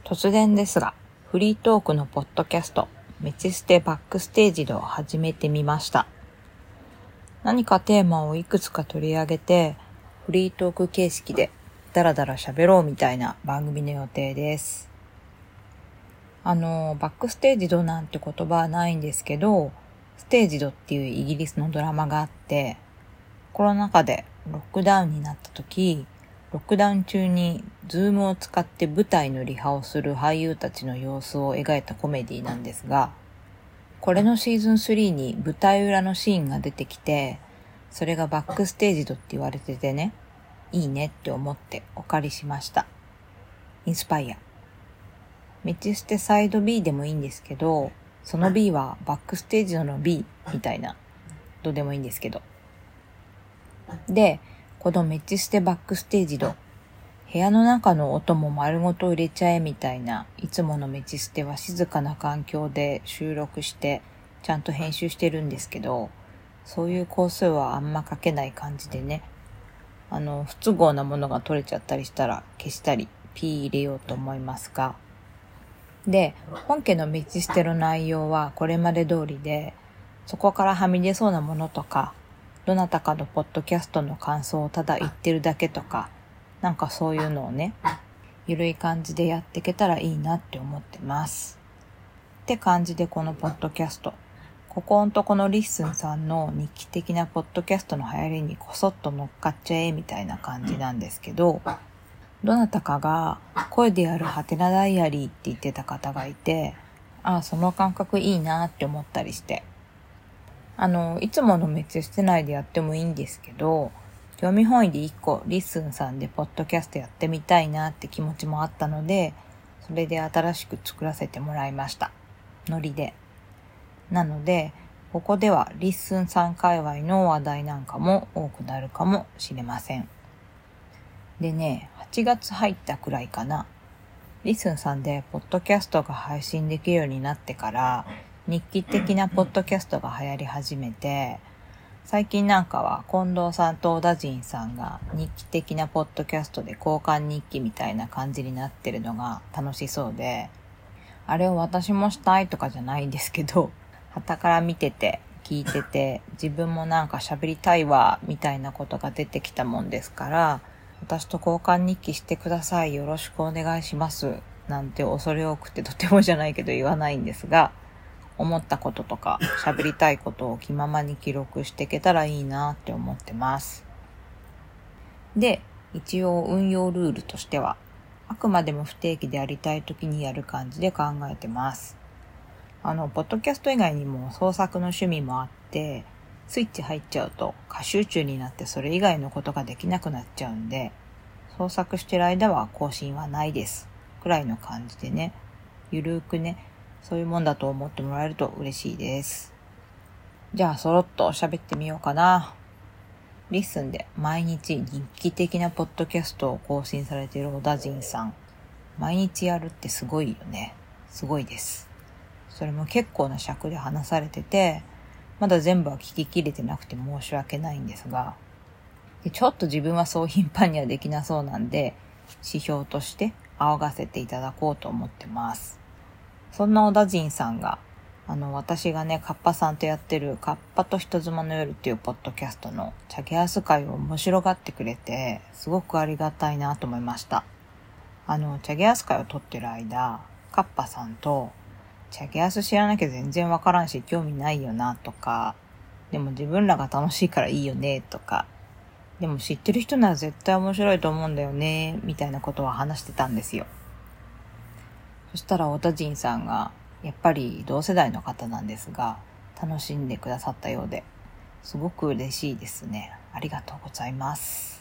突然ですが、フリートークのポッドキャスト、メチステバックステージを始めてみました。何かテーマをいくつか取り上げて、フリートーク形式でダラダラ喋ろうみたいな番組の予定です。バックステージドなんて言葉はないんですけど、ステージドっていうイギリスのドラマがあって、コロナ禍でロックダウンになった時、ロックダウン中にズームを使って舞台のリハをする俳優たちの様子を描いたコメディなんですが、これのシーズン3に舞台裏のシーンが出てきて、それがバックステージドって言われててね、いいねって思ってお借りしました。インスパイア。メチステサイド B でもいいんですけど、その B はバックステージの B みたいな、どうでもいいんですけど。で、このメチステバックステージド、部屋の中の音も丸ごと入れちゃえみたいな、いつものメチステは静かな環境で収録してちゃんと編集してるんですけど、そういう工数はあんまかけない感じでね、不都合なものが取れちゃったりしたら消したり P 入れようと思いますが、で、本家のメチステの内容はこれまで通りで、そこからはみ出そうなものとか、どなたかのポッドキャストの感想をただ言ってるだけとか、なんかそういうのをね、ゆるい感じでやっていけたらいいなって思ってます。って感じでこのポッドキャスト、ここんとこのリッスンさんの日記的なポッドキャストの流行りにこそっと乗っかっちゃえみたいな感じなんですけど、どなたかが声でやるハテナダイアリーって言ってた方がいて、その感覚いいなって思ったりして、いつものメチステ内でやってもいいんですけど、興味本位で一個リッスンさんでポッドキャストやってみたいなって気持ちもあったので、それで新しく作らせてもらいました。ノリで。なので、ここではリッスンさん界隈の話題なんかも多くなるかもしれません。でね、8月入ったくらいかな。リッスンさんでポッドキャストが配信できるようになってから、日記的なポッドキャストが流行り始めて、最近なんかは近藤さんと小田陣さんが日記的なポッドキャストで交換日記みたいな感じになってるのが楽しそうで、あれを私もしたいとかじゃないんですけど、傍から見てて聞いてて自分もなんか喋りたいわみたいなことが出てきたもんですから、私と交換日記してください、よろしくお願いしますなんて恐れ多くてとてもじゃないけど言わないんですが、思ったこととか喋りたいことを気ままに記録していけたらいいなって思ってます。で、一応運用ルールとしては、あくまでも不定期でやりたい時にやる感じで考えてます。ポッドキャスト以外にも創作の趣味もあって、スイッチ入っちゃうと過集中になってそれ以外のことができなくなっちゃうんで、創作してる間は更新はないですくらいの感じでね、ゆるーくね、そういうもんだと思ってもらえると嬉しいです。じゃあそろっと喋ってみようかな。リッスンで毎日日記的なポッドキャストを更新されている小田陣さん。毎日やるってすごいよね。すごいです。それも結構な尺で話されてて、まだ全部は聞ききれてなくて申し訳ないんですが、ちょっと自分はそう頻繁にはできなそうなんで、指標として仰がせていただこうと思ってます。そんな小田陣さんが、私がね、カッパさんとやってるカッパと人妻の夜っていうポッドキャストのチャゲアス会を面白がってくれて、すごくありがたいなと思いました。チャゲアス会を撮ってる間、カッパさんと、チャゲアス知らなきゃ全然わからんし興味ないよなとか、でも自分らが楽しいからいいよねとか、でも知ってる人なら絶対面白いと思うんだよねみたいなことは話してたんですよ。そしたら小田陣さんがやっぱり同世代の方なんですが楽しんでくださったようで、すごく嬉しいですね。ありがとうございます。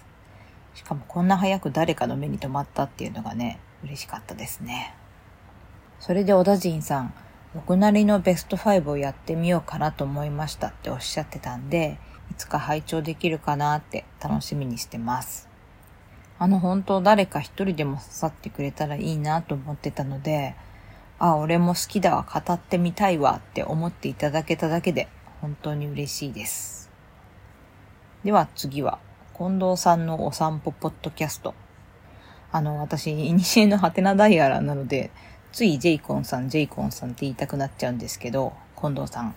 しかもこんな早く誰かの目に留まったっていうのがね、嬉しかったですね。それで小田陣さん、僕なりのベスト5をやってみようかなと思いましたっておっしゃってたんで、いつか拝聴できるかなって楽しみにしてます。本当誰か一人でも刺さってくれたらいいなと思ってたので、俺も好きだわ、語ってみたいわって思っていただけただけで本当に嬉しいです。では次は近藤さんのお散歩ポッドキャスト。 私、古のハテナダイヤラーなので、ついジェイコンさんって言いたくなっちゃうんですけど、近藤さん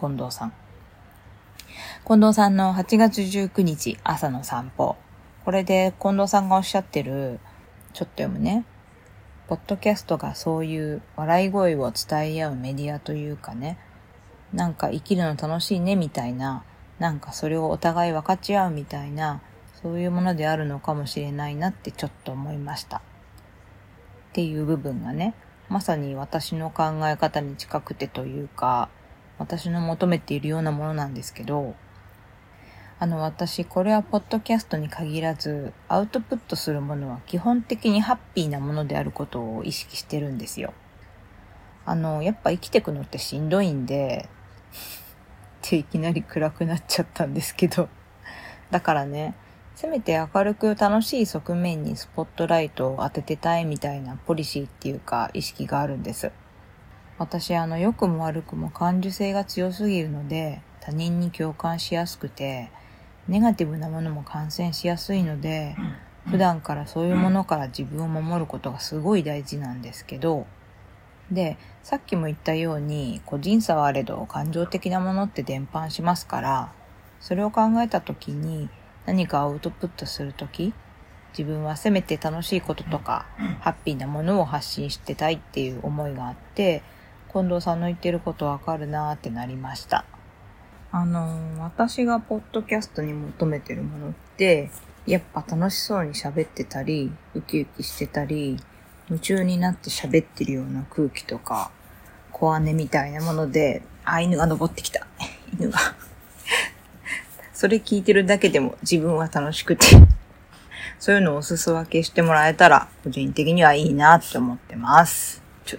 の8月19日朝の散歩。これで近藤さんがおっしゃってる、ちょっと読むね。ポッドキャストがそういう笑い声を伝え合うメディアというかね、なんか生きるの楽しいねみたいな、なんかそれをお互い分かち合うみたいな、そういうものであるのかもしれないなってちょっと思いました。っていう部分がね、まさに私の考え方に近くてというか、私の求めているようなものなんですけど、私、これはポッドキャストに限らず、アウトプットするものは基本的にハッピーなものであることを意識してるんですよ。やっぱ生きてくのってしんどいんで、っていきなり暗くなっちゃったんですけど。だからね、せめて明るく楽しい側面にスポットライトを当ててたいみたいなポリシーっていうか意識があるんです。私、良くも悪くも感受性が強すぎるので、他人に共感しやすくて、ネガティブなものも感染しやすいので、普段からそういうものから自分を守ることがすごい大事なんですけど、で、さっきも言ったように、個人差はあれど感情的なものって伝播しますから、それを考えたときに何かアウトプットするとき、自分はせめて楽しいこととか、ハッピーなものを発信してたいっていう思いがあって、近藤さんの言ってることわかるなーってなりました。私がポッドキャストに求めてるものって、やっぱ楽しそうに喋ってたり、ウキウキしてたり、夢中になって喋ってるような空気とか、小姉みたいなもので、犬が登ってきた。犬が。それ聞いてるだけでも自分は楽しくて、そういうのをお裾分けしてもらえたら、個人的にはいいなって思ってます。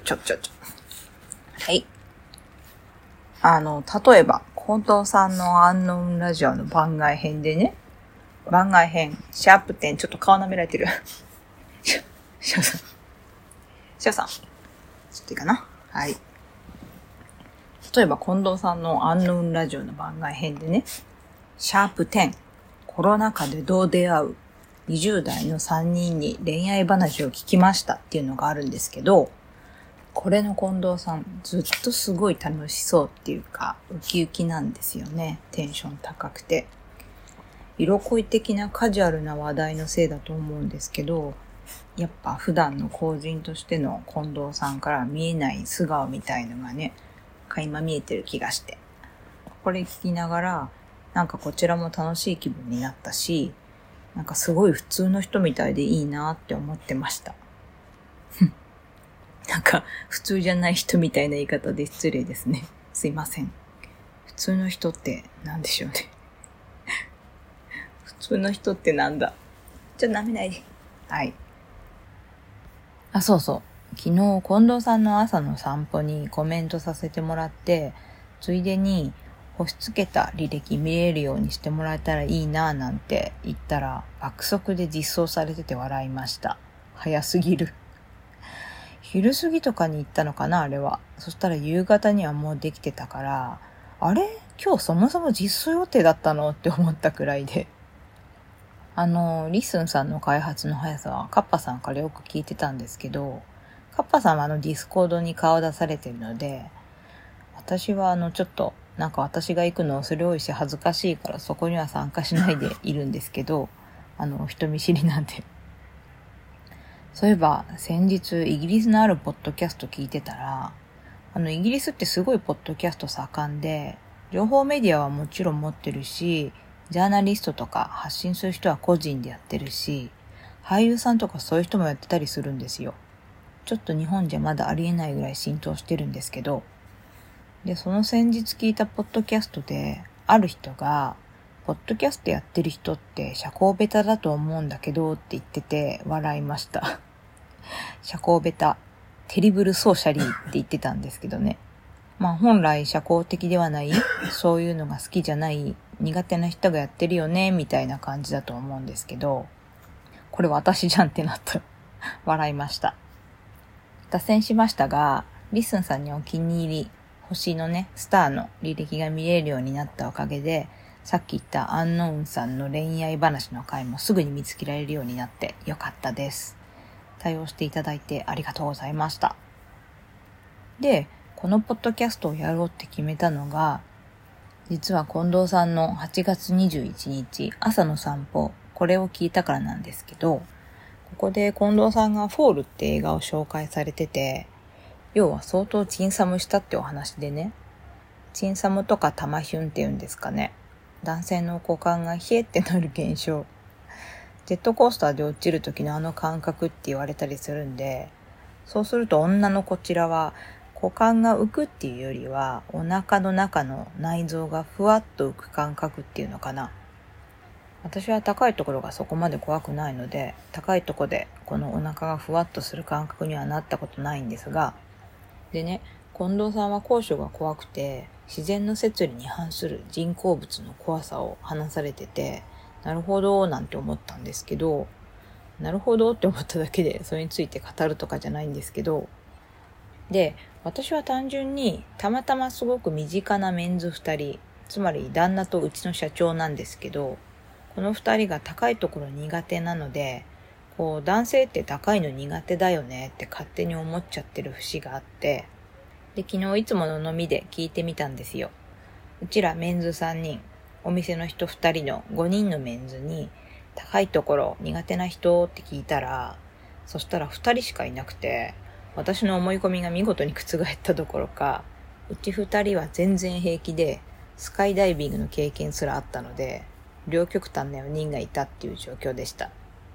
はい。例えば、近藤さんのアンノーンラジオの番外編でね、番外編、シャープ10、ちょっと顔舐められてる。シャオさん。ちょっといいかな。はい。例えば、近藤さんのアンノーンラジオの番外編でね、シャープ10、コロナ禍でどう出会う20代の3人に恋愛話を聞きましたっていうのがあるんですけど、これの近藤さんずっとすごい楽しそうっていうかウキウキなんですよね。テンション高くて色恋的なカジュアルな話題のせいだと思うんですけど、やっぱ普段の公人としての近藤さんから見えない素顔みたいのがね、垣間見えてる気がして、これ聞きながらなんかこちらも楽しい気分になったし、なんかすごい普通の人みたいでいいなって思ってました。なんか普通じゃない人みたいな言い方で失礼ですね。すいません。普通の人って何でしょうね。普通の人ってなんだ。舐めないで。はい。そうそう。昨日近藤さんの朝の散歩にコメントさせてもらって、ついでに星つけた履歴見れるようにしてもらえたらいいなぁなんて言ったら爆速で実装されてて笑いました。早すぎる。昼過ぎとかに行ったのかな、あれは。そしたら夕方にはもうできてたから、あれ今日そもそも実装予定だったのって思ったくらいで。リスンさんの開発の速さはカッパさんからよく聞いてたんですけど、カッパさんはディスコードに顔出されてるので、私はちょっとなんか私が行くの恐れ多いし恥ずかしいからそこには参加しないでいるんですけど、人見知りなんで。そういえば先日イギリスのあるポッドキャスト聞いてたら、イギリスってすごいポッドキャスト盛んで、情報メディアはもちろん持ってるし、ジャーナリストとか発信する人は個人でやってるし、俳優さんとかそういう人もやってたりするんですよ。ちょっと日本じゃまだありえないぐらい浸透してるんですけど、で、その先日聞いたポッドキャストで、ある人が、ポッドキャストやってる人って社交ベタだと思うんだけどって言ってて笑いました。社交ベタ、テリブルソーシャリーって言ってたんですけどね。まあ本来社交的ではない、そういうのが好きじゃない、苦手な人がやってるよね、みたいな感じだと思うんですけど、これ私じゃんってなった笑いました。脱線しましたが、リスンさんにお気に入り、星のね、スターの履歴が見れるようになったおかげで、さっき言ったアンノーンさんの恋愛話の回もすぐに見つけられるようになってよかったです。 対応していただいてありがとうございました。で、このポッドキャストをやろうって決めたのが、実は近藤さんの8月21日朝の散歩、これを聞いたからなんですけど、ここで近藤さんがフォールって映画を紹介されてて、要は相当チンサムしたってお話でね、チンサムとかタマヒュンっていうんですかね、男性の股間が冷えってなる現象、ジェットコースターで落ちる時のあの感覚って言われたりするんで、そうすると女のこちらは股間が浮くっていうよりはお腹の中の内臓がふわっと浮く感覚っていうのかな。私は高いところがそこまで怖くないので、高いところでこのお腹がふわっとする感覚にはなったことないんですが、でね、近藤さんは高所が怖くて自然の摂理に反する人工物の怖さを話されてて、なるほどなんて思ったんですけど、なるほどって思っただけでそれについて語るとかじゃないんですけど、で、私は単純にたまたますごく身近なメンズ2人、つまり旦那とうちの社長なんですけど、この2人が高いところ苦手なので、男性って高いの苦手だよねって勝手に思っちゃってる節があって、で、昨日いつもの飲みで聞いてみたんですよ。うちらメンズ3人、お店の人2人の5人のメンズに、高いところ苦手な人って聞いたら、そしたら2人しかいなくて、私の思い込みが見事に覆ったどころか、うち2人は全然平気で、スカイダイビングの経験すらあったので、両極端な4人がいたっていう状況でした。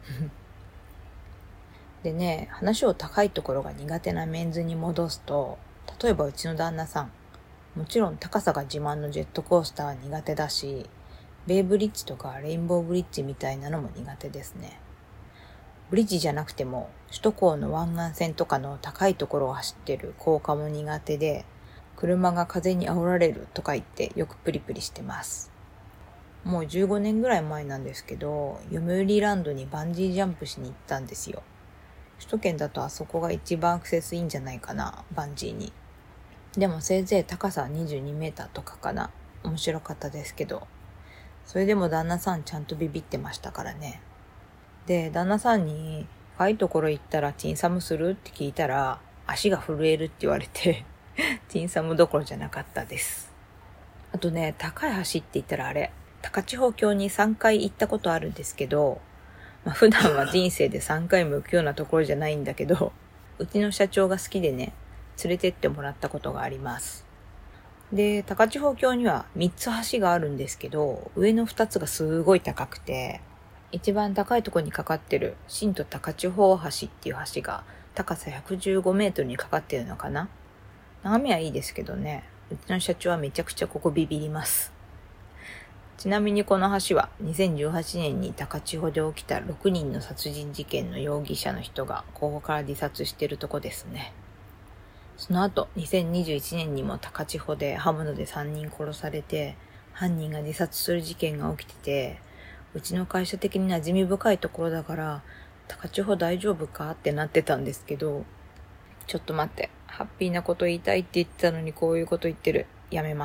でね、話を高いところが苦手なメンズに戻すと、例えばうちの旦那さん、もちろん高さが自慢のジェットコースターは苦手だし、ベイブリッジとかレインボーブリッジみたいなのも苦手ですね。ブリッジじゃなくても首都高の湾岸線とかの高いところを走ってる高架も苦手で、車が風に煽られるとか言ってよくプリプリしてます。もう15年ぐらい前なんですけど、読売ランドにバンジージャンプしに行ったんですよ。首都圏だとあそこが一番アクセスいいんじゃないかな、バンジーに。でもせいぜい高さ22メーターとかかな。面白かったですけど、それでも旦那さんちゃんとビビってましたからね。で、旦那さんに高いところ行ったらチンサムするって聞いたら、足が震えるって言われてチンサムどころじゃなかったです。あとね、高い橋って言ったらあれ、高千穂峡に3回行ったことあるんですけど、普段は人生で3回も行くようなところじゃないんだけど、うちの社長が好きでね、連れてってもらったことがあります。で、高千穂峡には3つ橋があるんですけど、上の2つがすごい高くて、一番高いところにかかってる新都高千穂橋っていう橋が高さ115メートルにかかってるのかな。眺めはいいですけどね、うちの社長はめちゃくちゃここビビります。ちなみにこの橋は2018年に高千穂で起きた6人の殺人事件の容疑者の人がここから自殺してるとこですね。その後2021年にも高千穂で刃物で3人殺されて犯人が自殺する事件が起きてて、うちの会社的に馴染み深いところだから高千穂大丈夫かってなってたんですけど、ちょっと待って、ハッピーなこと言いたいって言ってたのにこういうこと言ってる。やめます。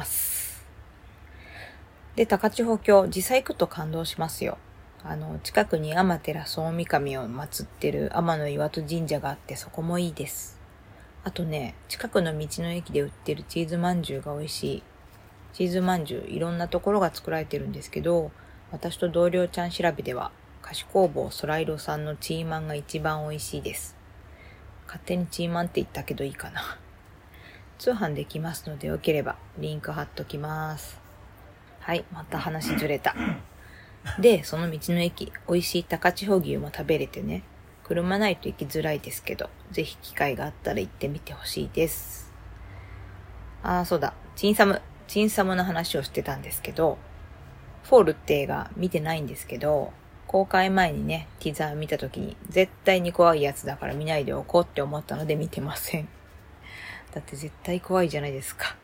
で、高千穂峡実際行くと感動しますよ。近くに天照大神を祀ってる天の岩戸神社があって、そこもいいです。あとね、近くの道の駅で売ってるチーズまんじゅうが美味しい。チーズまんじゅういろんなところが作られてるんですけど、私と同僚ちゃん調べでは菓子工房ソライロさんのチーマンが一番美味しいです。勝手にチーマンって言ったけどいいかな。通販できますのでよければリンク貼っときます。はい、また話ずれた。で、その道の駅、美味しい高千穂牛も食べれてね、車ないと行きづらいですけど、ぜひ機会があったら行ってみてほしいです。そうだ、チンサムの話をしてたんですけど、フォールって映画見てないんですけど、公開前にね、ティザー見た時に絶対に怖いやつだから見ないでおこうって思ったので見てません。だって絶対怖いじゃないですか。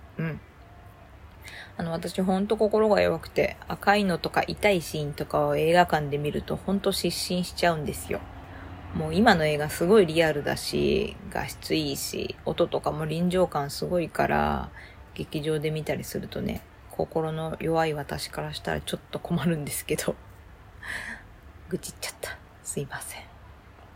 私ほんと心が弱くて、赤いのとか痛いシーンとかを映画館で見るとほんと失神しちゃうんですよ。もう今の映画すごいリアルだし、画質いいし、音とかも臨場感すごいから、劇場で見たりするとね、心の弱い私からしたらちょっと困るんですけど愚痴っちゃった、すいません。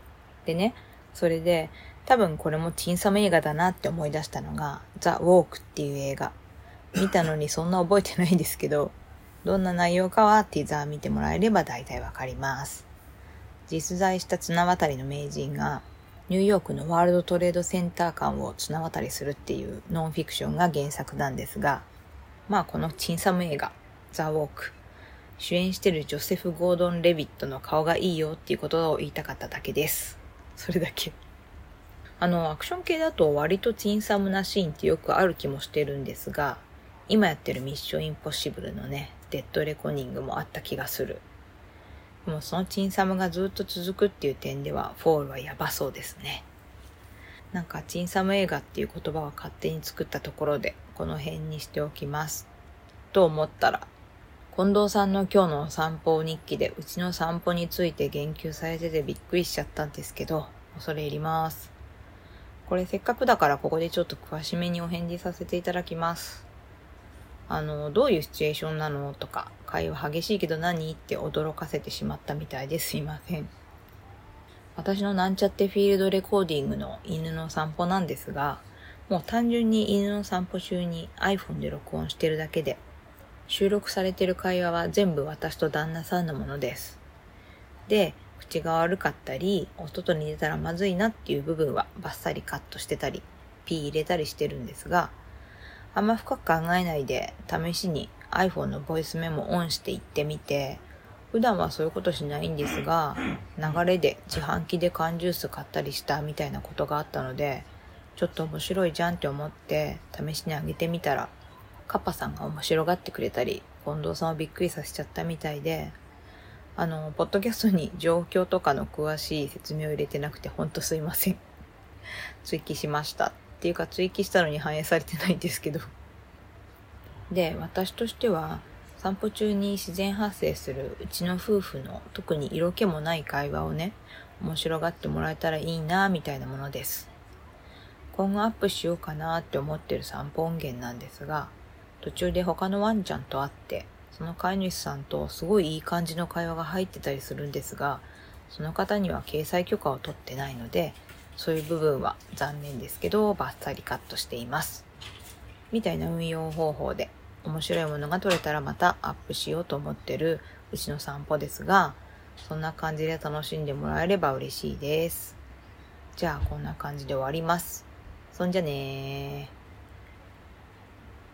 でね、それで多分これもチンサム映画だなって思い出したのがザ・ウォークっていう映画。見たのにそんな覚えてないんですけど、どんな内容かはティザー見てもらえれば大体わかります。実在した綱渡りの名人がニューヨークのワールドトレードセンター間を綱渡りするっていうノンフィクションが原作なんですが、このチンサム映画ザ・ウォーク、主演してるジョセフ・ゴードン・レビットの顔がいいよっていうことを言いたかっただけです。それだけ。アクション系だと割とチンサムなシーンってよくある気もしてるんですが、今やってるミッションインポッシブルのね、デッドレコニングもあった気がする。でもそのチンサムがずっと続くっていう点では、フォールはやばそうですね。なんかチンサム映画っていう言葉を勝手に作ったところで、この辺にしておきます。と思ったら、近藤さんの今日の散歩日記でうちの散歩について言及されててびっくりしちゃったんですけど、恐れ入ります。これせっかくだからここでちょっと詳しめにお返事させていただきます。どういうシチュエーションなのとか、会話激しいけど何って驚かせてしまったみたいですいません。私のなんちゃってフィールドレコーディングの犬の散歩なんですが、もう単純に犬の散歩中に iPhone で録音してるだけで、収録されてる会話は全部私と旦那さんのものです。で、口が悪かったり、お外に出たらまずいなっていう部分はバッサリカットしてたり、ピー入れたりしてるんですが、あんま深く考えないで試しに iPhone のボイスメモオンしていってみて、普段はそういうことしないんですが、流れで自販機で缶ジュース買ったりしたみたいなことがあったので、ちょっと面白いじゃんって思って試しにあげてみたら、カッパさんが面白がってくれたり、近藤さんをびっくりさせちゃったみたいで、ポッドキャストに状況とかの詳しい説明を入れてなくてほんとすいません。追記しました。っていうか追記したのに反映されてないんですけど。で、私としては散歩中に自然発生するうちの夫婦の特に色気もない会話をね、面白がってもらえたらいいなみたいなものです。今後アップしようかなって思ってる散歩音源なんですが、途中で他のワンちゃんと会って、その飼い主さんとすごいいい感じの会話が入ってたりするんですが、その方には掲載許可を取ってないので、そういう部分は残念ですけどバッサリカットしています。みたいな運用方法で面白いものが撮れたらまたアップしようと思ってるうちの散歩ですが、そんな感じで楽しんでもらえれば嬉しいです。じゃあこんな感じで終わります。そんじゃねー。